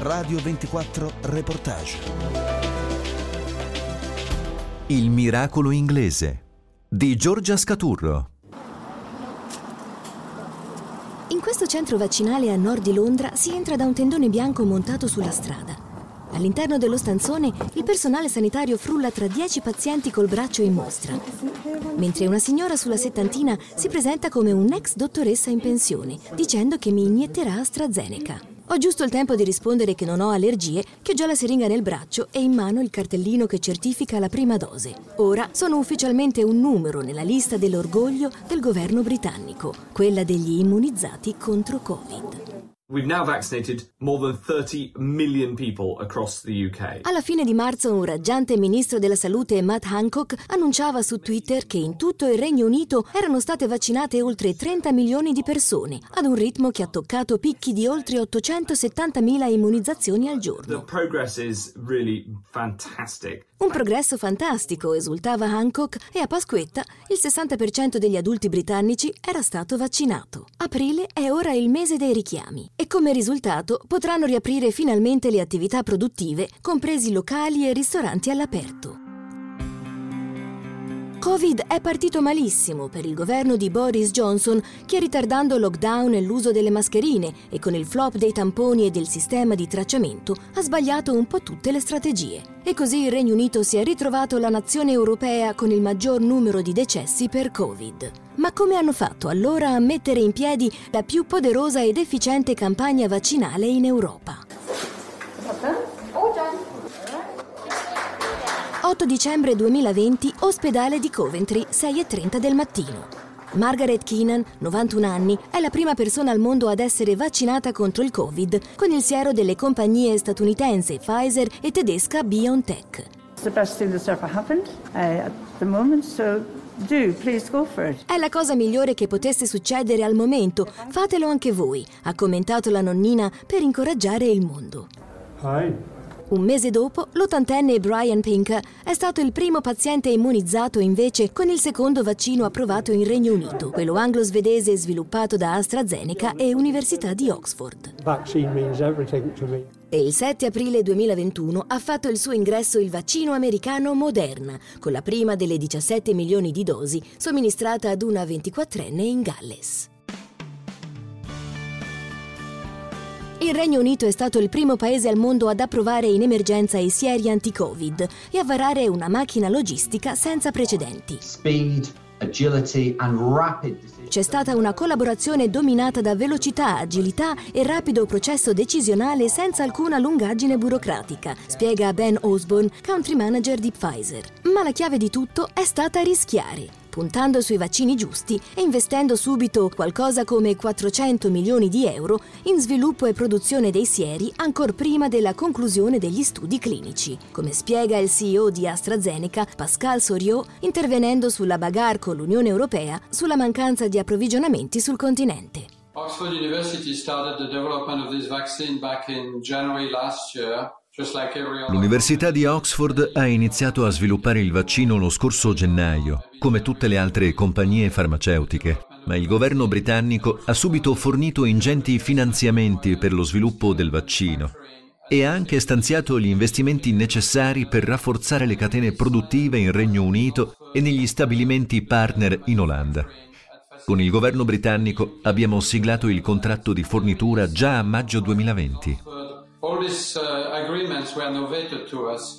Radio 24 Reportage. Il miracolo inglese di Giorgia Scaturro. In questo centro vaccinale a nord di Londra si entra da un tendone bianco montato sulla strada. All'interno dello stanzone il personale sanitario frulla tra 10 pazienti col braccio in mostra, mentre una signora sulla settantina si presenta come un'ex dottoressa in pensione, dicendo che mi inietterà AstraZeneca. Ho giusto il tempo di rispondere che non ho allergie, che ho già la siringa nel braccio e in mano il cartellino che certifica la prima dose. Ora sono ufficialmente un numero nella lista dell'orgoglio del governo britannico, quella degli immunizzati contro Covid. We've now vaccinated more than 30 million people across the UK. Alla fine di marzo un raggiante ministro della salute, Matt Hancock, annunciava su Twitter che in tutto il Regno Unito erano state vaccinate oltre 30 milioni di persone, ad un ritmo che ha toccato picchi di oltre 870.000 immunizzazioni al giorno. The progress is really fantastic. Un progresso fantastico, esultava Hancock, e a Pasquetta il 60% degli adulti britannici era stato vaccinato. Aprile è ora il mese dei richiami e come risultato potranno riaprire finalmente le attività produttive, compresi locali e ristoranti all'aperto. Covid è partito malissimo per il governo di Boris Johnson, che ritardando lockdown e l'uso delle mascherine e con il flop dei tamponi e del sistema di tracciamento ha sbagliato un po' tutte le strategie. E così il Regno Unito si è ritrovato la nazione europea con il maggior numero di decessi per Covid. Ma come hanno fatto allora a mettere in piedi la più poderosa ed efficiente campagna vaccinale in Europa? 8 dicembre 2020, ospedale di Coventry, 6:30 del mattino. Margaret Keenan, 91 anni, è la prima persona al mondo ad essere vaccinata contro il Covid con il siero delle compagnie statunitense Pfizer e tedesca BioNTech. The best thing that's ever happened at the moment, so please go for it. È la cosa migliore che potesse succedere al momento, fatelo anche voi, ha commentato la nonnina per incoraggiare il mondo. Hi. Un mese dopo, l'80enne Brian Pink è stato il primo paziente immunizzato invece con il secondo vaccino approvato in Regno Unito, quello anglo-svedese sviluppato da AstraZeneca e Università di Oxford. Vaccine means everything to me. E il 7 aprile 2021 ha fatto il suo ingresso il vaccino americano Moderna, con la prima delle 17 milioni di dosi somministrata ad una 24enne in Galles. Il Regno Unito è stato il primo paese al mondo ad approvare in emergenza i sieri anti-Covid e a varare una macchina logistica senza precedenti. Speed, agility and rapid decision. C'è stata una collaborazione dominata da velocità, agilità e rapido processo decisionale senza alcuna lungaggine burocratica, spiega Ben Osborne, country manager di Pfizer. Ma la chiave di tutto è stata rischiare, puntando sui vaccini giusti e investendo subito qualcosa come 400 milioni di euro in sviluppo e produzione dei sieri ancor prima della conclusione degli studi clinici, come spiega il CEO di AstraZeneca, Pascal Soriot, intervenendo sulla bagarre con l'Unione Europea sulla mancanza di approvvigionamenti sul continente. Oxford University started the development of this vaccine back in January last year. L'Università di Oxford ha iniziato a sviluppare il vaccino lo scorso gennaio, come tutte le altre compagnie farmaceutiche, ma il governo britannico ha subito fornito ingenti finanziamenti per lo sviluppo del vaccino e ha anche stanziato gli investimenti necessari per rafforzare le catene produttive in Regno Unito e negli stabilimenti partner in Olanda. Con il governo britannico abbiamo siglato il contratto di fornitura già a maggio 2020. All these agreements were novated to us.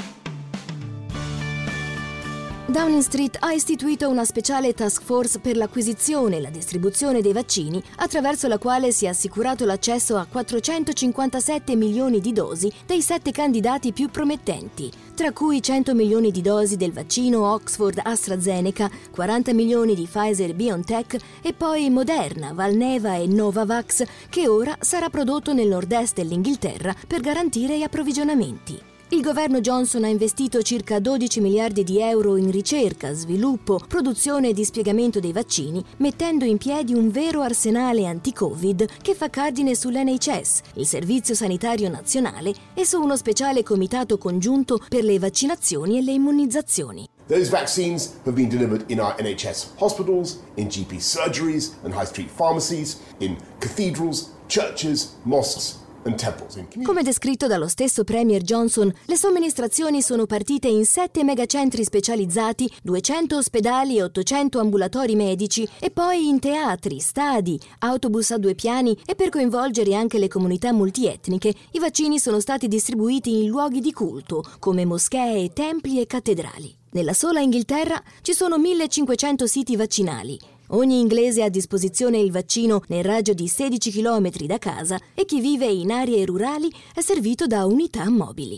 Downing Street ha istituito una speciale task force per l'acquisizione e la distribuzione dei vaccini, attraverso la quale si è assicurato l'accesso a 457 milioni di dosi dei 7 candidati più promettenti, tra cui 100 milioni di dosi del vaccino Oxford AstraZeneca, 40 milioni di Pfizer BioNTech e poi Moderna, Valneva e Novavax, che ora sarà prodotto nel nord-est dell'Inghilterra per garantire gli approvvigionamenti. Il governo Johnson ha investito circa 12 miliardi di euro in ricerca, sviluppo, produzione e dispiegamento dei vaccini, mettendo in piedi un vero arsenale anti-Covid che fa cardine sull'NHS, il Servizio Sanitario Nazionale, e su uno speciale comitato congiunto per le vaccinazioni e le immunizzazioni. Those vaccines have been delivered in our NHS hospitals, in GP surgeries and high street pharmacies, in cathedrals, churches, mosques and temples in community. Come descritto dallo stesso Premier Johnson, le somministrazioni sono partite in 7 megacentri specializzati, 200 ospedali e 800 ambulatori medici e poi in teatri, stadi, autobus a 2 piani e per coinvolgere anche le comunità multietniche, i vaccini sono stati distribuiti in luoghi di culto come moschee, templi e cattedrali. Nella sola Inghilterra ci sono 1500 siti vaccinali. Ogni inglese ha a disposizione il vaccino nel raggio di 16 km da casa e chi vive in aree rurali è servito da unità mobili.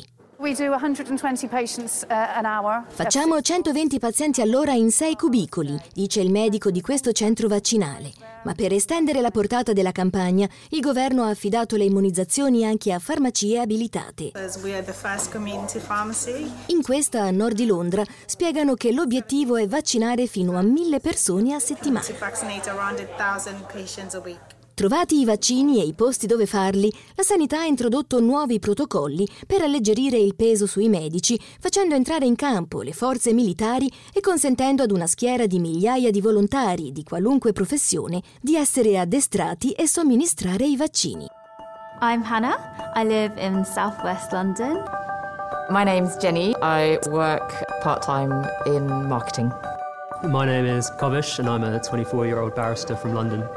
Facciamo 120 pazienti all'ora in 6 cubicoli, dice il medico di questo centro vaccinale. Ma per estendere la portata della campagna, il governo ha affidato le immunizzazioni anche a farmacie abilitate. In questa, a nord di Londra, spiegano che l'obiettivo è vaccinare fino a 1000 persone a settimana. Trovati i vaccini e i posti dove farli, la sanità ha introdotto nuovi protocolli per alleggerire il peso sui medici, facendo entrare in campo le forze militari e consentendo ad una schiera di migliaia di volontari di qualunque professione di essere addestrati e somministrare i vaccini. I'm Hannah. I live in southwest London. My name's Jenny. I work part-time in marketing. My name is Kovish and I'm a 24-year-old barrister from London.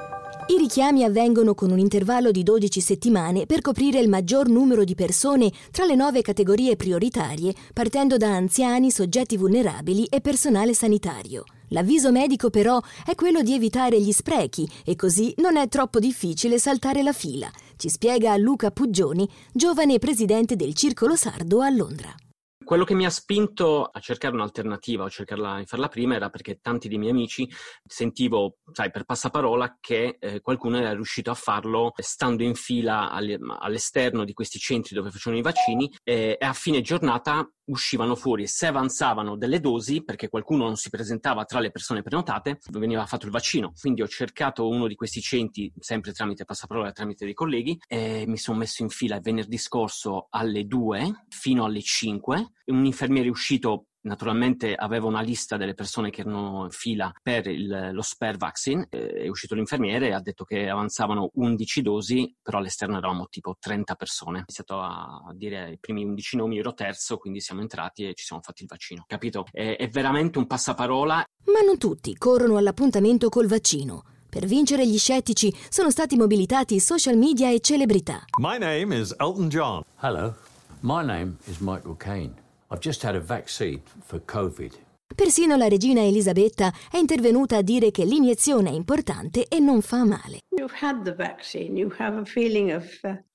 I richiami avvengono con un intervallo di 12 settimane per coprire il maggior numero di persone tra le 9 categorie prioritarie, partendo da anziani, soggetti vulnerabili e personale sanitario. L'avviso medico però è quello di evitare gli sprechi e così non è troppo difficile saltare la fila, ci spiega Luca Puggioni, giovane presidente del Circolo Sardo a Londra. Quello che mi ha spinto a cercare un'alternativa, a cercarla di farla prima, era perché tanti dei miei amici sentivo, per passaparola, che qualcuno era riuscito a farlo stando in fila all'esterno di questi centri dove facevano i vaccini e a fine giornata uscivano fuori e se avanzavano delle dosi, perché qualcuno non si presentava tra le persone prenotate, veniva fatto il vaccino. Quindi ho cercato uno di questi centri, sempre tramite passaparola, tramite dei colleghi, e mi sono messo in fila venerdì scorso alle 2 fino alle 5. Un infermiere è uscito, naturalmente aveva una lista delle persone che erano in fila per lo spare vaccine, è uscito l'infermiere e ha detto che avanzavano 11 dosi, però all'esterno eravamo tipo 30 persone. Ho iniziato a dire i primi 11 nomi, ero terzo, quindi siamo entrati e ci siamo fatti il vaccino. Capito? È veramente un passaparola. Ma non tutti corrono all'appuntamento col vaccino. Per vincere gli scettici sono stati mobilitati social media e celebrità. My name is Elton John. Hello, my name is Michael Caine. I've just had a vaccine for COVID. Persino la regina Elisabetta è intervenuta a dire che l'iniezione è importante e non fa male. You've had the vaccine, you have a feeling of,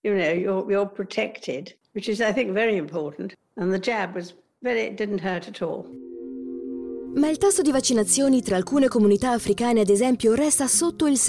you're protected, which is, I think, very important. And the jab it didn't hurt at all. Ma il tasso di vaccinazioni tra alcune comunità africane, ad esempio, resta sotto il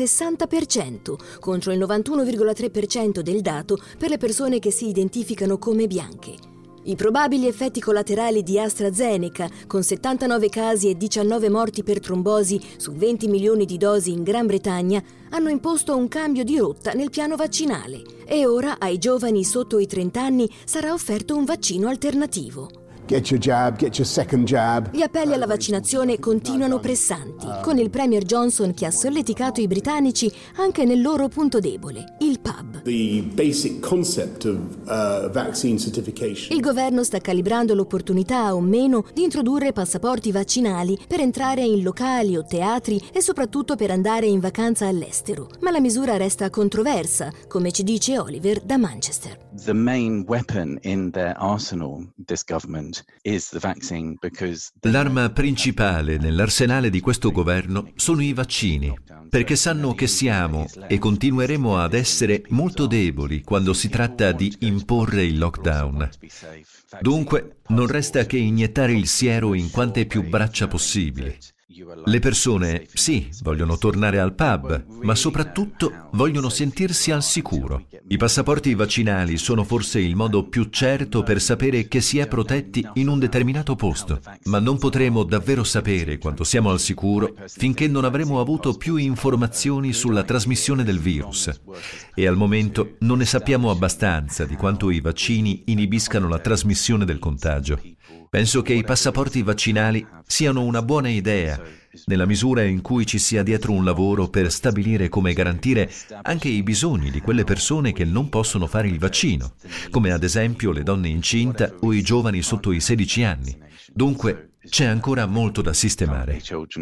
60%, contro il 91,3% del dato per le persone che si identificano come bianche. I probabili effetti collaterali di AstraZeneca, con 79 casi e 19 morti per trombosi su 20 milioni di dosi in Gran Bretagna, hanno imposto un cambio di rotta nel piano vaccinale e ora ai giovani sotto i 30 anni sarà offerto un vaccino alternativo. Get your jab, get your second jab. Gli appelli alla vaccinazione continuano pressanti, con il Premier Johnson che ha solleticato i britannici anche nel loro punto debole, il pub. The basic concept of vaccine certification. Il governo sta calibrando l'opportunità o meno di introdurre passaporti vaccinali per entrare in locali o teatri e soprattutto per andare in vacanza all'estero. Ma la misura resta controversa, come ci dice Oliver da Manchester. The main weapon in their arsenal, this government, is the vaccine because l'arma principale nell'arsenale di questo governo sono i vaccini, perché sanno che siamo e continueremo ad essere molto deboli quando si tratta di imporre il lockdown. Dunque, non resta che iniettare il siero in quante più braccia possibili. Le persone, sì, vogliono tornare al pub, ma soprattutto vogliono sentirsi al sicuro. I passaporti vaccinali sono forse il modo più certo per sapere che si è protetti in un determinato posto, ma non potremo davvero sapere quanto siamo al sicuro finché non avremo avuto più informazioni sulla trasmissione del virus. E al momento non ne sappiamo abbastanza di quanto i vaccini inibiscano la trasmissione del contagio. Penso che i passaporti vaccinali siano una buona idea, nella misura in cui ci sia dietro un lavoro per stabilire come garantire anche i bisogni di quelle persone che non possono fare il vaccino, come ad esempio le donne incinta o i giovani sotto i 16 anni. Dunque, c'è ancora molto da sistemare.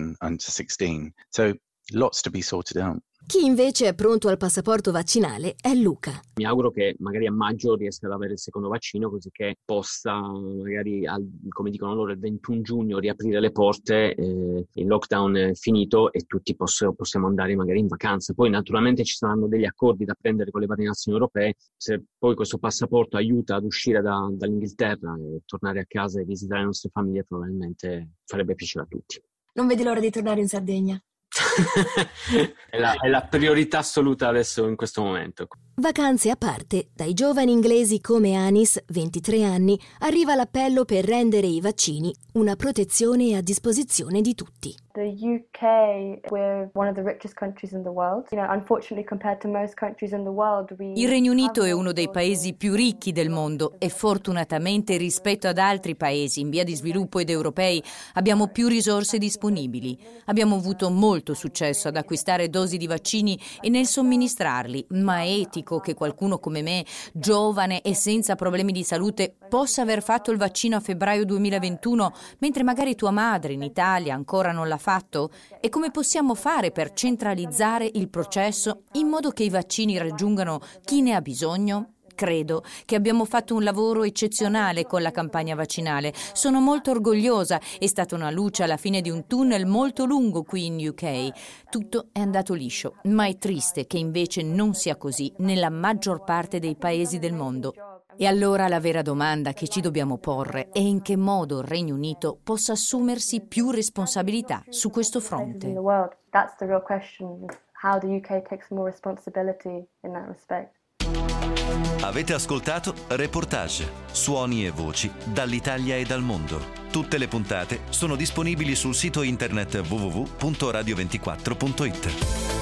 Chi invece è pronto al passaporto vaccinale è Luca. Mi auguro che magari a maggio riesca ad avere il secondo vaccino, così che possa magari, come dicono loro, il 21 giugno riaprire le porte, il lockdown è finito e tutti possiamo andare magari in vacanza. Poi naturalmente ci saranno degli accordi da prendere con le varie nazioni europee. Se poi questo passaporto aiuta ad uscire dall'Inghilterra e tornare a casa e visitare le nostre famiglie, probabilmente farebbe piacere a tutti. Non vedi l'ora di tornare in Sardegna? È la priorità assoluta adesso in questo momento. Vacanze a parte, dai giovani inglesi come Anis, 23 anni, arriva l'appello per rendere i vaccini una protezione a disposizione di tutti. The UK, we're one of the richest countries in the world. Unfortunately, compared to most countries in the world, Il Regno Unito è uno dei paesi più ricchi del mondo e fortunatamente rispetto ad altri paesi in via di sviluppo ed europei abbiamo più risorse disponibili. Abbiamo avuto molto successo ad acquistare dosi di vaccini e nel somministrarli, ma è etico che qualcuno come me, giovane e senza problemi di salute, possa aver fatto il vaccino a febbraio 2021, mentre magari tua madre in Italia ancora non l'ha fatto? E come possiamo fare per centralizzare il processo in modo che i vaccini raggiungano chi ne ha bisogno? Credo che abbiamo fatto un lavoro eccezionale con la campagna vaccinale. Sono molto orgogliosa, è stata una luce alla fine di un tunnel molto lungo qui in UK. Tutto è andato liscio, ma è triste che invece non sia così nella maggior parte dei paesi del mondo. E allora la vera domanda che ci dobbiamo porre è in che modo il Regno Unito possa assumersi più responsabilità su questo fronte. That's the real question, how the UK takes more responsibility in that respect. Avete ascoltato Reportage, suoni e voci dall'Italia e dal mondo. Tutte le puntate sono disponibili sul sito internet www.radio24.it.